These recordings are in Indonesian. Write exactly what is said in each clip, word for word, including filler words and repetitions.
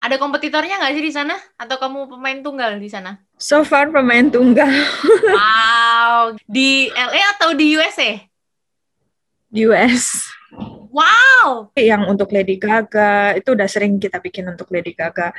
Ada kompetitornya nggak sih di sana? Atau kamu pemain tunggal di sana? So far pemain tunggal. Wow, di L A atau di U S A? U S. Wow. Yang untuk Lady Gaga, itu udah sering kita bikin untuk Lady Gaga.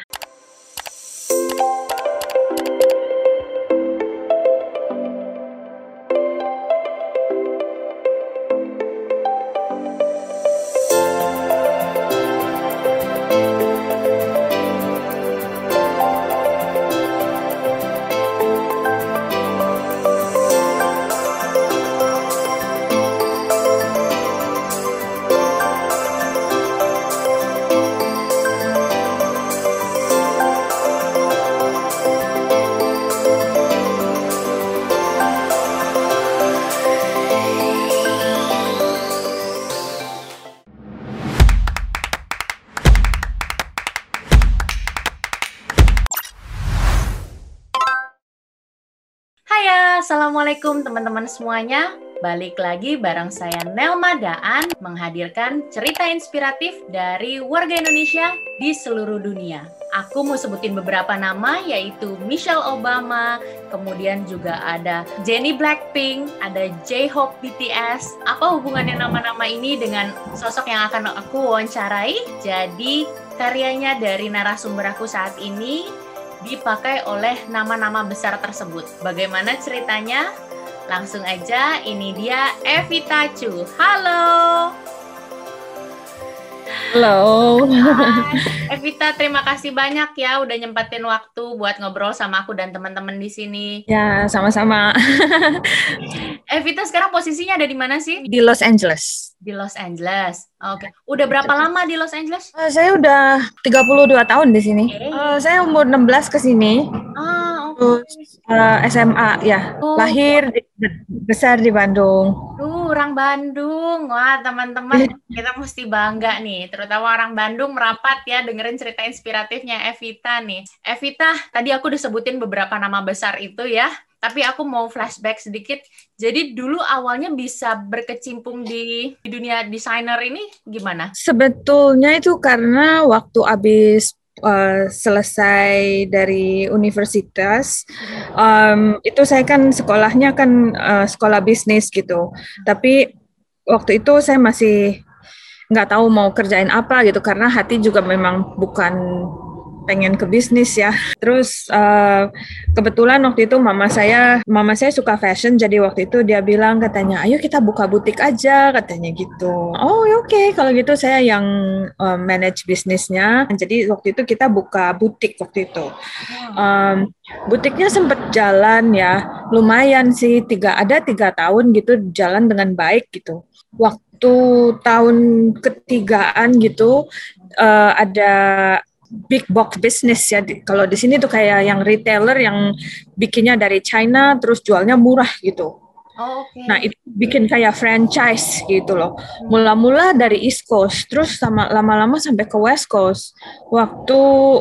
Assalamualaikum teman-teman semuanya. Balik lagi bareng saya Nelma Daan menghadirkan cerita inspiratif dari warga Indonesia di seluruh dunia. Aku mau sebutin beberapa nama yaitu Michelle Obama, kemudian juga ada Jennie Blackpink, ada J-Hope B T S. Apa hubungannya nama-nama ini dengan sosok yang akan aku wawancarai? Jadi karyanya dari narasumber aku saat ini dipakai oleh nama-nama besar tersebut. Bagaimana ceritanya? Langsung aja, ini dia Evita Chu. Halo. Halo. Hai. Evita, terima kasih banyak ya udah nyempetin waktu buat ngobrol sama aku dan teman-teman di sini. Ya, sama-sama. Evita sekarang posisinya ada di mana sih? Di Los Angeles. Di Los Angeles. Oke. Okay. Udah berapa lama di Los Angeles? Uh, saya udah tiga puluh dua tahun di sini. Okay. Uh, saya umur enam belas ke sini. Ah, oke. Okay. Uh, S M A ya. Oh. Lahir di, besar di Bandung. Tuh, orang Bandung. Wah, teman-teman, kita mesti bangga nih. Terutama orang Bandung merapat ya dengerin cerita inspiratifnya Evita nih. Evita, tadi aku udah sebutin beberapa nama besar itu ya. Tapi aku mau flashback sedikit. Jadi dulu awalnya bisa berkecimpung di, di dunia desainer ini gimana? Sebetulnya itu karena waktu habis uh, selesai dari universitas, um, itu saya kan sekolahnya kan uh, sekolah bisnis gitu. Tapi waktu itu saya masih nggak tahu mau kerjain apa gitu karena hati juga memang bukan pengen ke bisnis ya. Terus uh, kebetulan waktu itu mama saya, mama saya suka fashion, jadi waktu itu dia bilang katanya, ayo kita buka butik aja katanya gitu. Oh oke, okay. Kalau gitu saya yang uh, manage bisnisnya. Jadi waktu itu kita buka butik waktu itu. Um, butiknya sempat jalan ya, lumayan sih, tiga ada tiga tahun gitu jalan dengan baik gitu. Waktu tahun ketigaan gitu uh, ada big box business ya. Kalau di sini tuh kayak yang retailer yang bikinnya dari China terus jualnya murah gitu. Oh, okay. Nah itu bikin kayak franchise gitu loh. Mula-mula dari East Coast terus sama lama-lama sampai ke West Coast. Waktu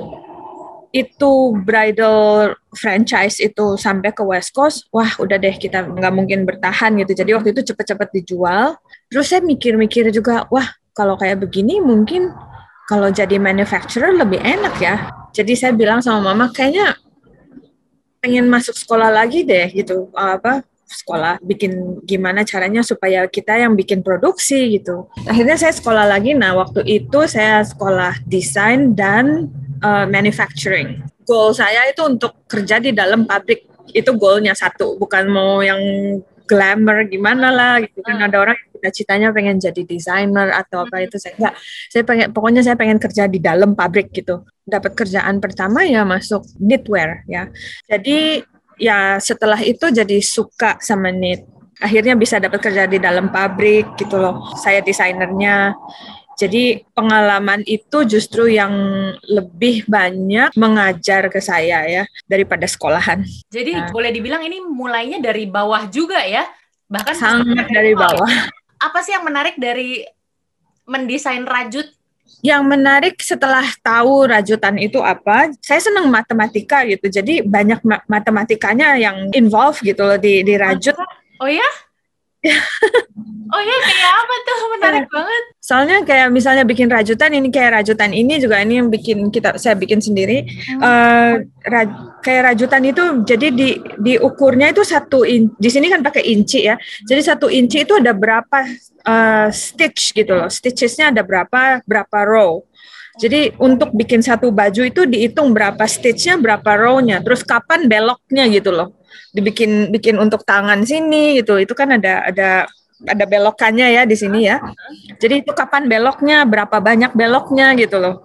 itu bridal franchise itu sampai ke West Coast, wah udah deh kita nggak mungkin bertahan gitu. Jadi waktu itu cepet-cepet dijual. Terus saya mikir-mikir juga, wah kalau kayak begini mungkin kalau jadi manufacturer lebih enak ya. Jadi saya bilang sama mama, kayaknya pengen masuk sekolah lagi deh gitu. Apa sekolah bikin gimana caranya supaya kita yang bikin produksi gitu. Akhirnya saya sekolah lagi. Nah waktu itu saya sekolah desain dan uh, manufacturing. Goal saya itu untuk kerja di dalam pabrik. Itu goalnya satu, bukan mau yang glamour gimana lah gitu kan. Ada orang cita-citanya pengen jadi desainer atau apa itu, saya enggak, saya pengen pokoknya saya pengen kerja di dalam pabrik gitu. Dapat kerjaan pertama ya masuk knitwear ya. Jadi ya setelah itu jadi suka sama knit. Akhirnya bisa dapat kerja di dalam pabrik gitu loh. Saya desainernya. Jadi pengalaman itu justru yang lebih banyak mengajar ke saya ya daripada sekolahan. Jadi nah, boleh dibilang ini mulainya dari bawah juga ya? Bahkan sangat dari bawah. Ya. Apa sih yang menarik dari mendesain rajut? Yang menarik setelah tahu rajutan itu apa, saya senang matematika gitu. Jadi banyak ma- matematikanya yang involve gitu loh di, di rajut. Oh ya? Oh ya, kayak apa tuh? Menarik Ya. banget. Soalnya kayak misalnya bikin rajutan, ini kayak rajutan ini juga ini yang bikin kita saya bikin sendiri. Hmm. Eh, ra- kayak rajutan itu jadi di diukurnya itu satu in, di sini kan pakai inci ya. Jadi satu inci itu ada berapa eh, stitch gitu loh. Stitchesnya ada berapa berapa row. Jadi untuk bikin satu baju itu dihitung berapa stitchnya, berapa row-nya, terus kapan beloknya gitu loh. Dibikin bikin untuk tangan sini gitu. Itu kan ada ada ada belokannya ya di sini ya. Jadi itu kapan beloknya, berapa banyak beloknya gitu loh.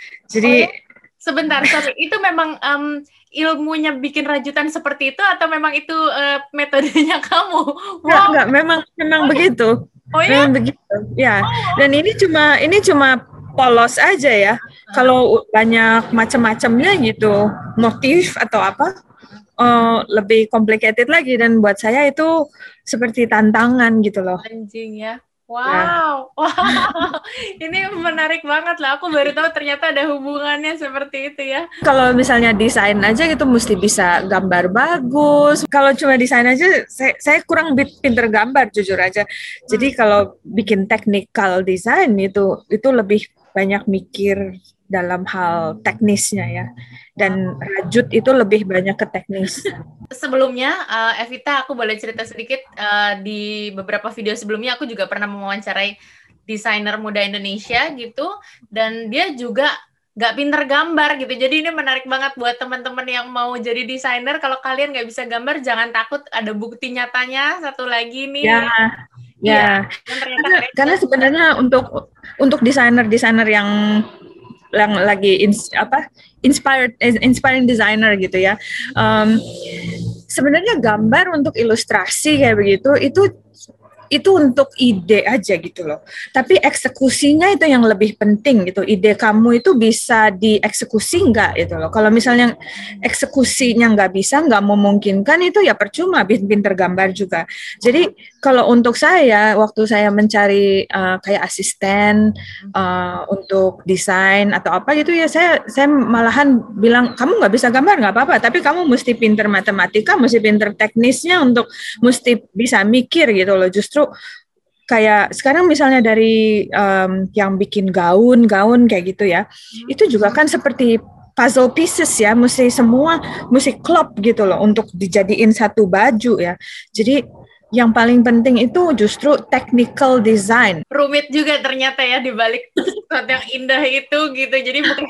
Oh Jadi ya, sebentar, sorry. Itu memang um, ilmunya bikin rajutan seperti itu atau memang itu uh, metodenya kamu? enggak Wow. enggak memang memang Oh ya, begitu. oh ya. Memang begitu. Ya. Oh. Dan ini cuma ini cuma polos aja ya. Kalau banyak macam-macamnya gitu, motif atau apa, uh, lebih complicated lagi dan buat saya itu seperti tantangan gitu loh. Anjing ya. Ya. Wow, wow, ini menarik banget lah. Aku baru tahu ternyata ada hubungannya seperti itu ya. Kalau misalnya desain aja gitu mesti bisa gambar bagus. Kalau cuma desain aja saya, saya kurang pinter gambar jujur aja. Jadi kalau bikin technical design itu itu lebih banyak mikir dalam hal teknisnya ya. Dan rajut itu lebih banyak ke teknis. Sebelumnya, uh, Evita, aku boleh cerita sedikit, uh, di beberapa video sebelumnya aku juga pernah mewawancarai desainer muda Indonesia gitu, dan dia juga nggak pinter gambar gitu. Jadi ini menarik banget buat teman-teman yang mau jadi desainer. Kalau kalian nggak bisa gambar, jangan takut, ada bukti nyatanya satu lagi nih. Ya, Iya, ya. dan ternyata Karena, karena sebenarnya untuk untuk desainer-desainer yang yang lagi ins, apa inspired inspiring designer gitu ya. Um, sebenarnya gambar untuk ilustrasi kayak begitu itu itu untuk ide aja gitu loh. Tapi eksekusinya itu yang lebih penting gitu. Ide kamu itu bisa dieksekusi nggak gitu loh. Kalau misalnya eksekusinya nggak bisa, nggak memungkinkan itu ya percuma pinter gambar juga. Jadi kalau untuk saya, waktu saya mencari uh, kayak asisten uh, untuk desain atau apa gitu ya, saya saya malahan bilang kamu nggak bisa gambar nggak apa-apa, tapi kamu mesti pinter matematika, mesti pinter teknisnya untuk mesti bisa mikir gitu loh. Justru kayak sekarang misalnya dari um, yang bikin gaun-gaun kayak gitu ya, hmm. itu juga kan seperti puzzle pieces ya, mesti semua mesti klop gitu loh untuk dijadiin satu baju ya. Jadi yang paling penting itu justru technical design. Rumit juga ternyata ya di balik sesuatu yang indah itu gitu. Jadi bukan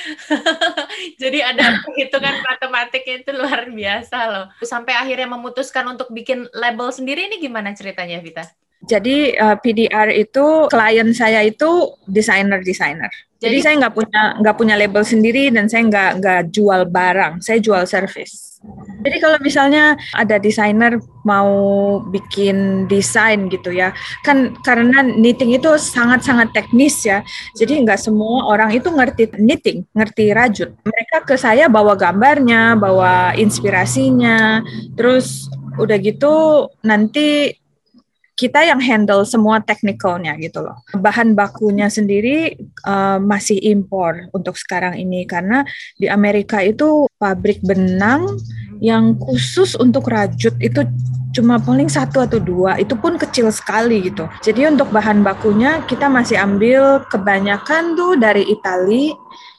jadi ada perhitungan matematiknya itu luar biasa loh. Sampai akhirnya memutuskan untuk bikin label sendiri, ini gimana ceritanya, Vita? Jadi uh, P D R itu klien saya itu desainer-desainer. Jadi, Jadi saya nggak punya nggak punya label sendiri dan saya nggak nggak jual barang, saya jual service. Jadi kalau misalnya ada desainer mau bikin desain gitu ya, kan karena knitting itu sangat-sangat teknis ya, jadi nggak semua orang itu ngerti knitting, ngerti rajut. Mereka ke saya bawa gambarnya, bawa inspirasinya, terus udah gitu nanti kita yang handle semua technicalnya gitu loh. Bahan bakunya sendiri uh, masih impor untuk sekarang ini karena di Amerika itu pabrik benang yang khusus untuk rajut itu cuma paling satu atau dua, itu pun kecil sekali gitu. Jadi untuk bahan bakunya kita masih ambil kebanyakan tuh dari Italia,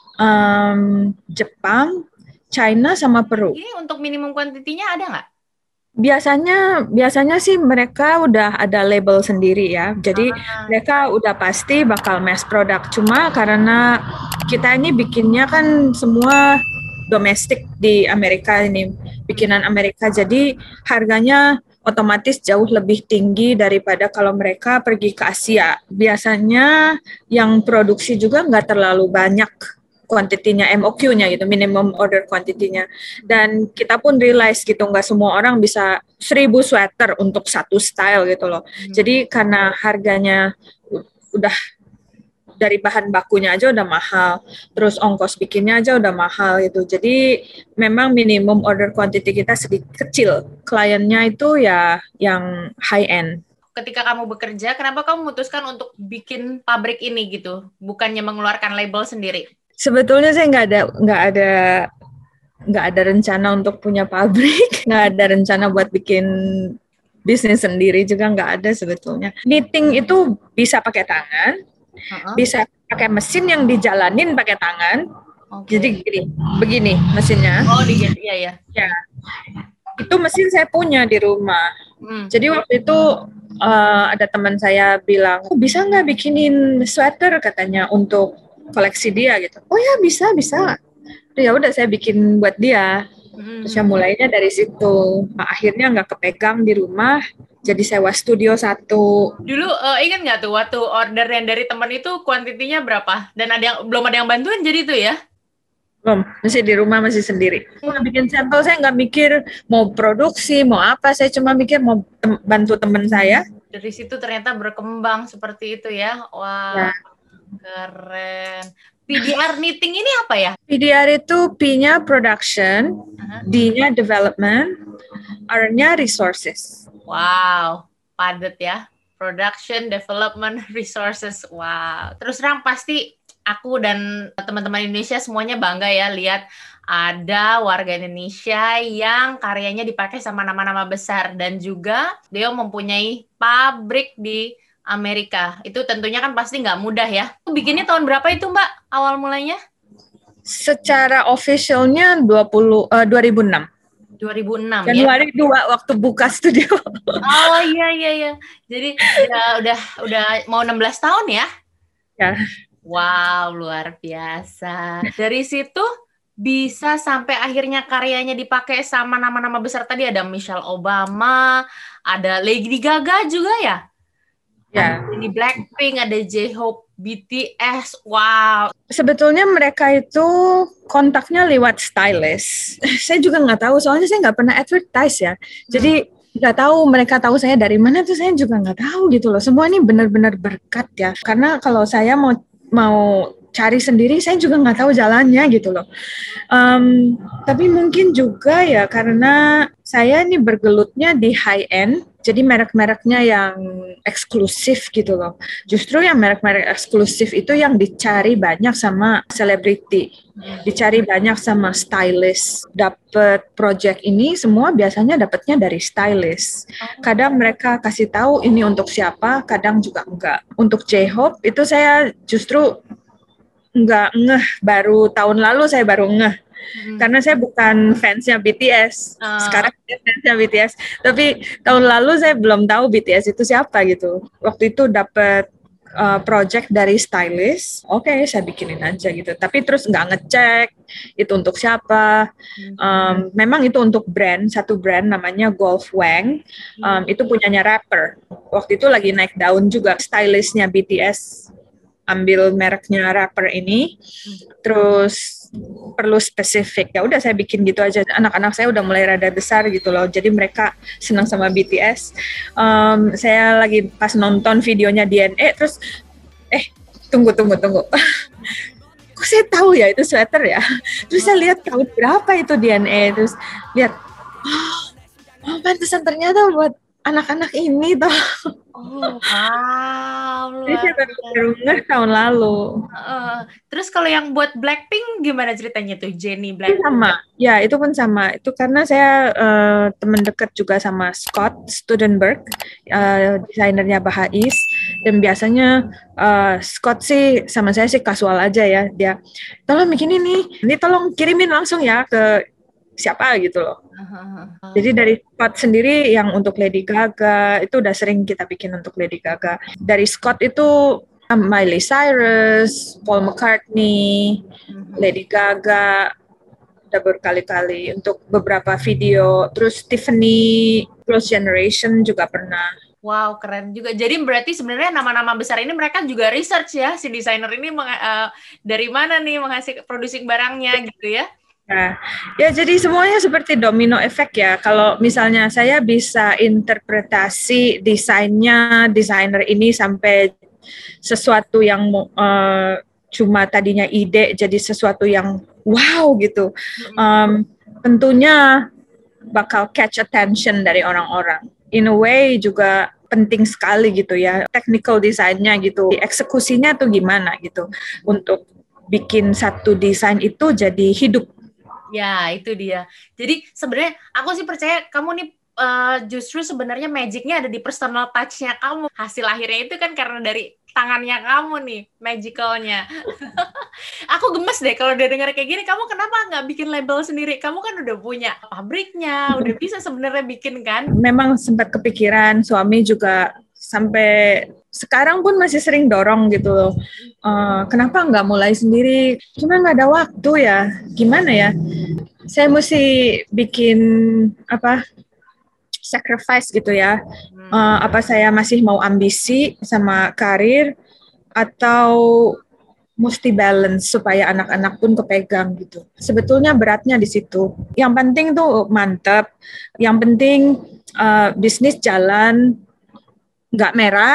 um, Jepang, China sama Peru. Ini untuk minimum kuantitinya ada nggak? Biasanya biasanya sih mereka udah ada label sendiri ya. Jadi ah. mereka udah pasti bakal mass product. Cuma karena kita ini bikinnya kan semua domestik di Amerika ini, bikinan Amerika. Jadi harganya otomatis jauh lebih tinggi daripada kalau mereka pergi ke Asia. Biasanya yang produksi juga nggak terlalu banyak kuantitinya, M O Q-nya gitu, minimum order quantity-nya. Dan kita pun realize gitu, nggak semua orang bisa seribu sweater untuk satu style gitu loh. Hmm. Jadi karena harganya udah dari bahan bakunya aja udah mahal, terus ongkos bikinnya aja udah mahal gitu. Jadi memang minimum order quantity kita sedikit kecil. Kliennya itu ya yang high end. Ketika kamu bekerja, kenapa kamu memutuskan untuk bikin pabrik ini gitu, bukannya mengeluarkan label sendiri? Sebetulnya saya nggak ada nggak ada nggak ada rencana untuk punya pabrik, nggak ada rencana buat bikin bisnis sendiri juga nggak ada sebetulnya. Knitting itu bisa pakai tangan, uh-huh. bisa pakai mesin yang dijalanin pakai tangan. Okay. Jadi gini, begini mesinnya. Oh, di iya ya. Ya. Itu mesin saya punya di rumah. Hmm. Jadi waktu itu uh, ada teman saya bilang, oh, bisa nggak bikinin sweater katanya untuk koleksi dia gitu. Oh ya bisa bisa. Ya udah saya bikin buat dia. Hmm. Terus ya mulainya dari situ. Nah, akhirnya nggak kepegang di rumah. Jadi sewa studio satu. Dulu uh, ingat nggak tuh waktu order yang dari teman itu kuantitinya berapa? Dan ada yang belum ada yang bantuin jadi itu ya? Belum, masih di rumah, masih sendiri. Mau bikin sampel, saya nggak mikir mau produksi, mau apa. Saya cuma mikir mau tem- bantu teman saya. Dari situ ternyata berkembang seperti itu ya. Wah, ya. Keren. P D R knitting ini apa ya? P D R itu P-nya production, uh-huh. D-nya development, R-nya resources. Wow, padat ya. Production, development, resources. Wow. Terus terang pasti aku dan teman-teman Indonesia semuanya bangga ya lihat ada warga Indonesia yang karyanya dipakai sama nama-nama besar dan juga dia mempunyai pabrik di Amerika. Itu tentunya kan pasti nggak mudah ya. Bikinnya tahun berapa itu Mbak awal mulainya? Secara officialnya dua ribu enam. dua ribu enam Januari ya? dua waktu buka studio. Oh iya iya iya. Jadi udah udah udah mau enam belas tahun ya? Ya. Wow, luar biasa. Dari situ bisa sampai akhirnya karyanya dipakai sama nama-nama besar tadi, ada Michelle Obama, ada Lady Gaga juga ya? Ya. Ini Blackpink, ada J-Hope, B T S, wow. Sebetulnya mereka itu kontaknya lewat stylist. Saya juga nggak tahu, soalnya saya nggak pernah advertise ya. Jadi nggak tahu mereka tahu saya dari mana tuh saya juga nggak tahu gitu loh. Semua ini benar-benar berkat ya. Karena kalau saya mau mau cari sendiri, saya juga nggak tahu jalannya gitu loh. Um, tapi mungkin juga ya karena saya ini bergelutnya di high end, jadi merek-mereknya yang eksklusif gitu loh. Justru yang merek-merek eksklusif itu yang dicari banyak sama selebriti, dicari banyak sama stylist. Dapat project ini semua biasanya dapatnya dari stylist. Kadang mereka kasih tahu ini untuk siapa, kadang juga enggak. Untuk J-Hope itu saya justru enggak ngeh, baru tahun lalu saya baru ngeh. Hmm. Karena saya bukan fansnya B T S. Uh. Sekarang saya fansnya B T S. Tapi tahun lalu saya belum tahu B T S itu siapa gitu. Waktu itu dapat uh, project dari stylist. Oke, okay, saya bikinin aja gitu. Tapi terus nggak ngecek itu untuk siapa. Um, memang itu untuk brand, satu brand namanya Golf Wang. Um, itu punyanya rapper. Waktu itu lagi naik daun juga. Stylistnya B T S ambil mereknya rapper ini. Terus perlu spesifik, ya udah saya bikin gitu aja. Anak-anak saya udah mulai rada besar gitu loh, jadi mereka senang sama B T S. Um, saya lagi pas nonton videonya D N A, terus eh tunggu tunggu tunggu, kok saya tahu ya itu sweater ya? Terus saya lihat tahun berapa itu D N A, terus lihat, oh, oh pantesan ternyata buat anak-anak ini toh. Oh, wow. Jadi saya baru ngeh tahun lalu. Uh, terus kalau yang buat Blackpink gimana ceritanya tuh, Jennie Blackpink? Sama, ya itu pun sama. Itu karena saya uh, teman dekat juga sama Scott Studenberg, uh, desainernya Bahais. Dan biasanya uh, Scott sih sama saya sih kasual aja ya. Dia, tolong bikin ini, ini tolong kirimin langsung ya ke siapa gitu loh. Uh-huh. Jadi dari Scott sendiri yang untuk Lady Gaga itu udah sering kita bikin untuk Lady Gaga. Dari Scott itu Miley Cyrus, Paul McCartney, uh-huh. Lady Gaga udah berkali-kali untuk beberapa video. Terus Tiffany, Girls' Generation juga pernah. Wow, keren juga. Jadi berarti sebenarnya nama-nama besar ini mereka juga research ya, si desainer ini meng- uh, dari mana nih menghasil producing barangnya gitu ya? Nah, ya jadi semuanya seperti domino efek ya. Kalau misalnya saya bisa interpretasi desainnya desainer ini sampai sesuatu yang uh, cuma tadinya ide jadi sesuatu yang wow gitu. Um, tentunya bakal catch attention dari orang-orang. In a way juga penting sekali gitu ya. Technical desainnya gitu. Eksekusinya tuh gimana gitu. Untuk bikin satu desain itu jadi hidup. Ya, itu dia. Jadi sebenarnya aku sih percaya kamu nih uh, justru sebenarnya magicnya ada di personal touch-nya kamu. Hasil akhirnya itu kan karena dari tangannya kamu nih, magicalnya. Aku gemes deh kalau udah dengar kayak gini. Kamu kenapa nggak bikin label sendiri? Kamu kan udah punya pabriknya, udah bisa sebenarnya bikin kan? Memang sempat kepikiran, suami juga sampai sekarang pun masih sering dorong gitu loh. Uh, kenapa nggak mulai sendiri? Cuma nggak ada waktu ya. Gimana ya? Saya mesti bikin apa? Sacrifice gitu ya. Uh, apa saya masih mau ambisi sama karir atau mesti balance supaya anak-anak pun kepegang gitu. Sebetulnya beratnya di situ. Yang penting tuh mantep. Yang penting uh, bisnis jalan, nggak merah.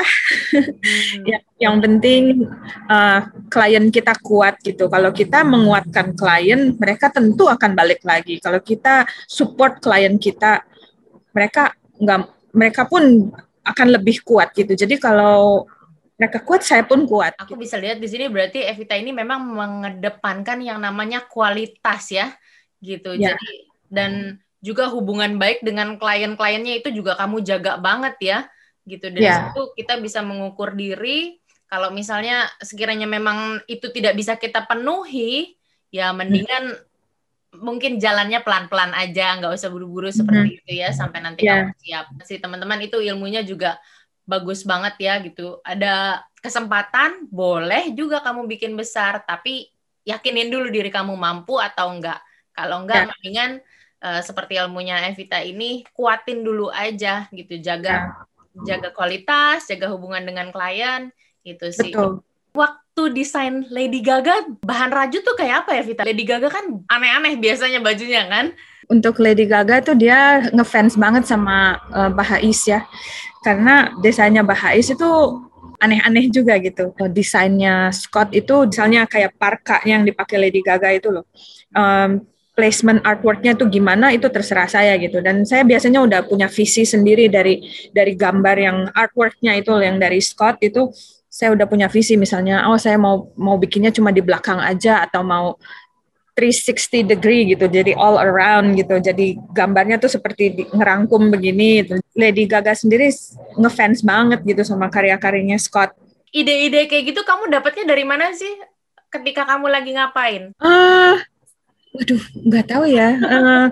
Hmm. yang, yang penting uh, klien kita kuat gitu. Kalau kita menguatkan klien, mereka tentu akan balik lagi. Kalau kita support klien kita, mereka nggak, mereka pun akan lebih kuat gitu. Jadi kalau mereka kuat, saya pun kuat. Aku bisa lihat di sini berarti Evita ini memang mengedepankan yang namanya kualitas ya, gitu. Ya. Jadi dan juga hubungan baik dengan klien-kliennya itu juga kamu jaga banget ya, gitu. Dari ya. Situ kita bisa mengukur diri. Kalau misalnya sekiranya memang itu tidak bisa kita penuhi, ya mendingan hmm. mungkin jalannya pelan-pelan aja, nggak usah buru-buru seperti hmm. itu ya, sampai nanti yeah. kamu siap. Si teman-teman itu ilmunya juga bagus banget ya gitu. Ada kesempatan, boleh juga kamu bikin besar, tapi yakinin dulu diri kamu mampu atau enggak. Kalau enggak, yeah. mendingan uh, seperti ilmunya Evita ini, kuatin dulu aja gitu, jaga yeah. jaga kualitas, jaga hubungan dengan klien, gitu sih. Betul. Waktu desain Lady Gaga, bahan rajut tuh kayak apa ya, Vita? Lady Gaga kan aneh-aneh biasanya bajunya kan? Untuk Lady Gaga tuh dia ngefans banget sama uh, Bahais ya. Karena desainnya Bahais itu aneh-aneh juga gitu. Desainnya Scott itu misalnya kayak parka yang dipakai Lady Gaga itu loh. Um, placement artwork-nya tuh gimana itu terserah saya gitu. Dan saya biasanya udah punya visi sendiri dari dari gambar yang artwork-nya itu yang dari Scott itu. Saya udah punya visi misalnya, oh saya mau mau bikinnya cuma di belakang aja atau mau three sixty degree gitu, jadi all around gitu. Jadi gambarnya tuh seperti di, ngerangkum begini. Gitu. Lady Gaga sendiri ngefans banget gitu sama karya-karyanya Scott. Ide-ide kayak gitu kamu dapatnya dari mana sih? Ketika kamu lagi ngapain? Ah, uh, waduh, nggak tahu ya. Uh,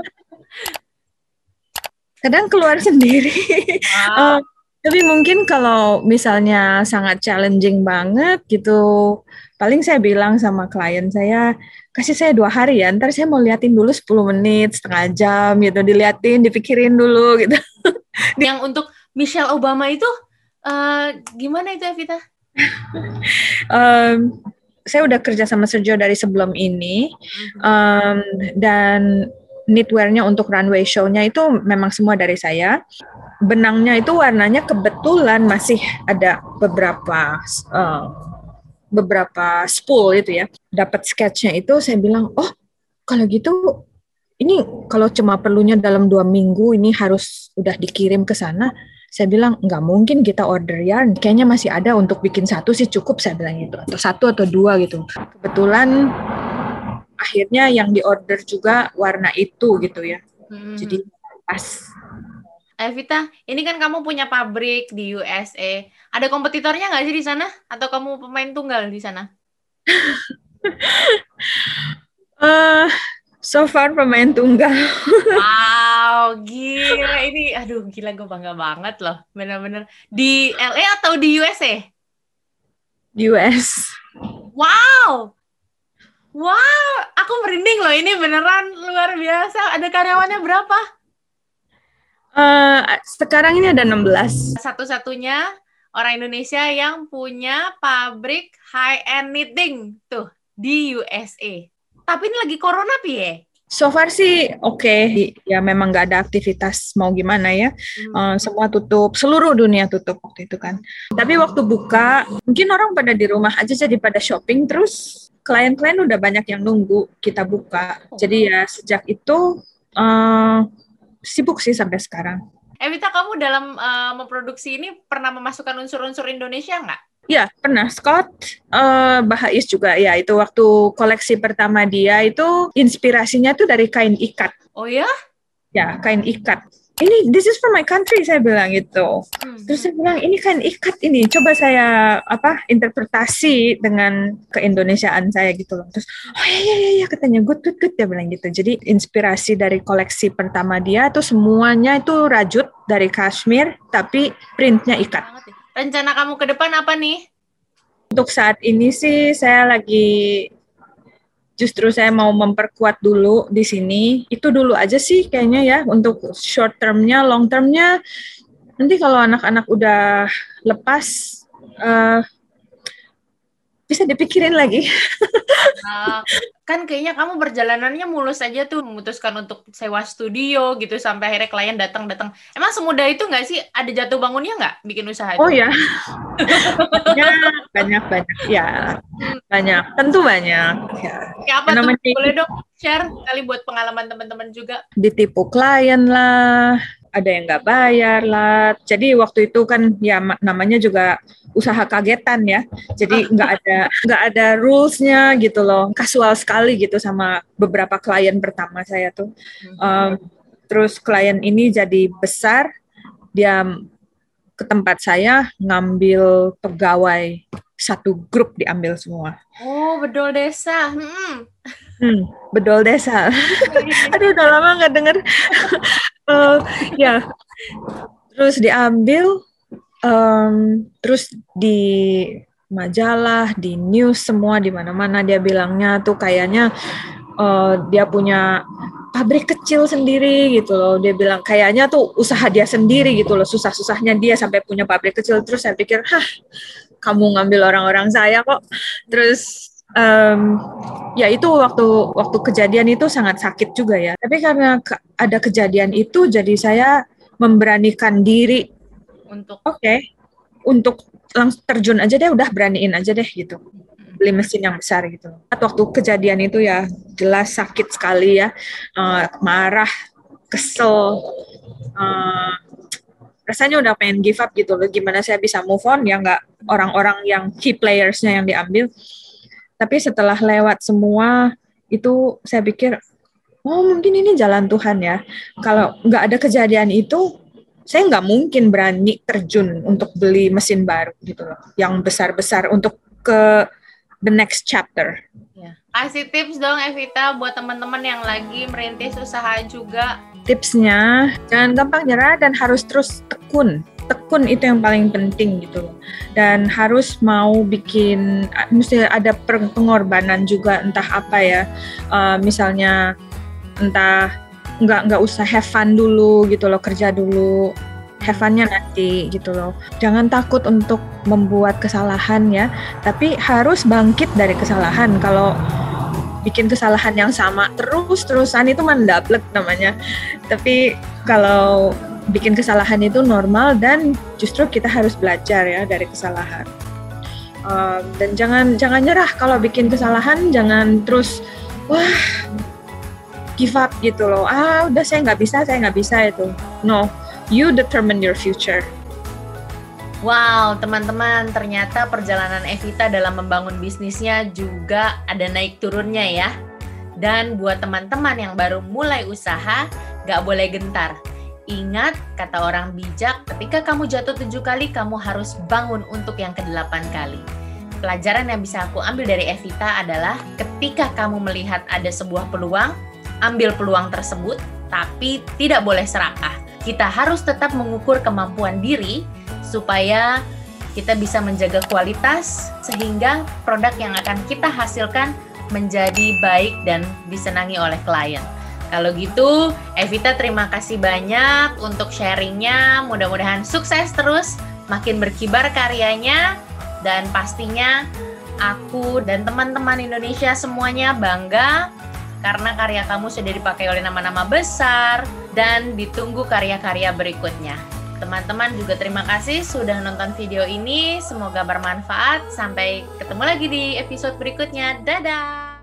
kadang keluar sendiri. Wow. uh, Tapi mungkin kalau misalnya sangat challenging banget gitu, paling saya bilang sama klien saya, kasih saya dua hari ya, ntar saya mau liatin dulu sepuluh menit, setengah jam gitu, diliatin, dipikirin dulu gitu. Yang untuk Michelle Obama itu, uh, gimana itu Evita? um, saya udah kerja sama Sergio dari sebelum ini, um, dan knitwear-nya untuk runway show-nya itu memang semua dari saya. Benangnya itu warnanya kebetulan masih ada beberapa uh, beberapa spool itu ya. Dapat sketchnya itu saya bilang, oh kalau gitu ini kalau cuma perlunya dalam dua minggu ini harus udah dikirim ke sana. Saya bilang nggak mungkin kita order yarn, kayaknya masih ada untuk bikin satu sih cukup, saya bilang gitu, atau satu atau dua gitu. Kebetulan akhirnya yang diorder juga warna itu gitu ya. Hmm. Jadi pas. Evita, ini kan kamu punya pabrik di U S A. Ada kompetitornya nggak sih di sana? Atau kamu pemain tunggal di sana? uh, so far pemain tunggal. Wow, gila ini. Aduh, gila gue bangga banget loh. Bener-bener. Di L A atau di U S A? U S. Wow. Wow, aku merinding loh. Ini beneran luar biasa. Ada karyawannya berapa? Uh, sekarang ini ada enam belas. Satu-satunya orang Indonesia yang punya pabrik high-end knitting tuh di U S A. Tapi ini lagi corona, Pie? So far sih oke. Okay. Ya memang nggak ada aktivitas mau gimana ya. Hmm. Uh, semua tutup, seluruh dunia tutup waktu itu kan. Tapi waktu buka, mungkin orang pada di rumah aja jadi pada shopping. Terus klien-klien udah banyak yang nunggu kita buka. Jadi ya sejak itu... Uh, sibuk sih sampai sekarang. Evita, kamu dalam uh, memproduksi ini pernah memasukkan unsur-unsur Indonesia nggak? Ya, pernah. Scott, uh, Bahais juga. Ya, itu waktu koleksi pertama dia itu inspirasinya tuh dari kain ikat. Oh ya? Ya, kain ikat. ini this is for my country, saya bilang gitu. Hmm. Terus saya bilang ini kan ikat ini, coba saya apa interpretasi dengan keindonesiaan saya gitu loh. Terus oh ya ya ya, ya katanya good good good dia bilang gitu. Jadi inspirasi dari koleksi pertama dia tuh semuanya itu rajut dari kashmir tapi printnya ikat. Rencana kamu ke depan apa nih? Untuk saat ini sih saya lagi justru saya mau memperkuat dulu di sini. Itu dulu aja sih kayaknya ya untuk short termnya, long termnya nanti kalau anak-anak udah lepas uh, bisa dipikirin lagi. Uh, kan kayaknya kamu perjalanannya mulus aja tuh, memutuskan untuk sewa studio gitu sampai akhirnya klien datang-datang. Emang semudah itu nggak sih? Ada jatuh bangunnya nggak bikin usaha itu? Oh ya, banyak, banyak, banyak, ya, banyak, tentu banyak. Ya. Kayak apa tuh? Boleh dong share kali buat pengalaman teman-teman juga. Ditipu klien lah, ada yang nggak bayar lah. Jadi waktu itu kan ya namanya juga usaha kagetan ya. Jadi nggak ada nggak ada rules-nya gitu loh. Kasual sekali gitu sama beberapa klien pertama saya tuh. Um, terus klien ini jadi besar, dia ke tempat saya ngambil pegawai satu grup diambil semua. Oh, bedol desa. Hmm. Hmm, bedol desa. Aduh, udah lama nggak denger. uh, ya, terus diambil, um, terus di majalah, di news semua di mana-mana dia bilangnya tuh kayaknya uh, dia punya pabrik kecil sendiri gitu loh. Dia bilang kayaknya tuh usaha dia sendiri gitu loh. Susah-susahnya dia sampai punya pabrik kecil. Terus saya pikir, hah, kamu ngambil orang-orang saya kok. Terus Um, ya itu waktu waktu kejadian itu sangat sakit juga ya. Tapi karena ke, ada kejadian itu, jadi saya memberanikan diri untuk oke, okay, untuk langsung terjun aja deh, udah beraniin aja deh gitu. Beli mesin yang besar gitu. Waktu kejadian itu ya jelas sakit sekali ya, uh, marah, kesel. Uh, rasanya udah pengen give up gitu loh. Gimana saya bisa move on ya, nggak orang-orang yang key players-nya yang diambil. Tapi setelah lewat semua itu saya pikir, oh mungkin ini jalan Tuhan ya. Kalau nggak ada kejadian itu, saya nggak mungkin berani terjun untuk beli mesin baru gitu loh, yang besar-besar untuk ke the next chapter. Ya. Kasih tips dong Evita buat teman-teman yang lagi merintis usaha juga. Tipsnya, jangan gampang nyerah dan harus terus tekun. Tekun itu yang paling penting gitu loh. Dan harus mau bikin, mesti ada pengorbanan juga, entah apa ya. Uh, misalnya entah nggak nggak usah have fun dulu gitu loh, kerja dulu. Have fun-nya nanti gitu loh. Jangan takut untuk membuat kesalahan ya, tapi harus bangkit dari kesalahan. Kalau bikin kesalahan yang sama terus-terusan itu mendablek namanya. Tapi kalau bikin kesalahan itu normal dan justru kita harus belajar ya dari kesalahan. Um, dan jangan jangan nyerah kalau bikin kesalahan, jangan terus wah give up gitu loh. Ah udah saya nggak bisa, saya nggak bisa itu. No, you determine your future. Wow, teman-teman, ternyata perjalanan Evita dalam membangun bisnisnya juga ada naik turunnya ya. Dan buat teman-teman yang baru mulai usaha, nggak boleh gentar. Ingat, kata orang bijak, ketika kamu jatuh tujuh kali, kamu harus bangun untuk yang kedelapan kali. Pelajaran yang bisa aku ambil dari Evita adalah ketika kamu melihat ada sebuah peluang, ambil peluang tersebut, tapi tidak boleh serakah. Kita harus tetap mengukur kemampuan diri supaya kita bisa menjaga kualitas sehingga produk yang akan kita hasilkan menjadi baik dan disenangi oleh klien. Kalau gitu, Evita terima kasih banyak untuk sharingnya. Mudah-mudahan sukses terus, makin berkibar karyanya, dan pastinya aku dan teman-teman Indonesia semuanya bangga karena karya kamu sudah dipakai oleh nama-nama besar dan ditunggu karya-karya berikutnya. Teman-teman juga terima kasih sudah nonton video ini. Semoga bermanfaat. Sampai ketemu lagi di episode berikutnya. Dadah!